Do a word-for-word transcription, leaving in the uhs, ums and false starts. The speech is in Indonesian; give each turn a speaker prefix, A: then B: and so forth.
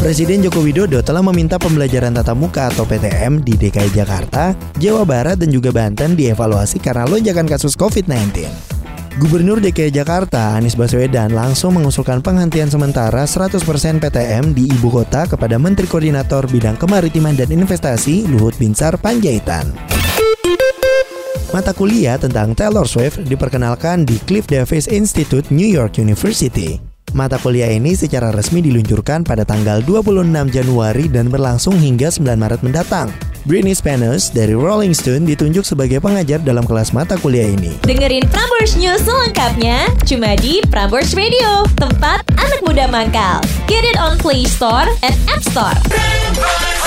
A: Presiden Joko Widodo telah meminta pembelajaran tatap muka atau P T M di D K I Jakarta, Jawa Barat, dan juga Banten dievaluasi karena lonjakan kasus covid sembilan belas. Gubernur D K I Jakarta, Anies Baswedan, langsung mengusulkan penghentian sementara seratus persen P T M di ibu kota kepada Menteri Koordinator Bidang Kemaritiman dan Investasi, Luhut Binsar Panjaitan. Mata kuliah tentang Taylor Swift diperkenalkan di Cliff Davis Institute, New York University. Mata kuliah ini secara resmi diluncurkan pada tanggal dua puluh enam Januari dan berlangsung hingga sembilan Maret mendatang. Britney Spears dari Rolling Stone ditunjuk sebagai pengajar dalam kelas mata kuliah ini.
B: Dengerin Prambors News selengkapnya cuma di Prambors Radio, tempat anak muda mangkal. Get it on Play Store and App Store.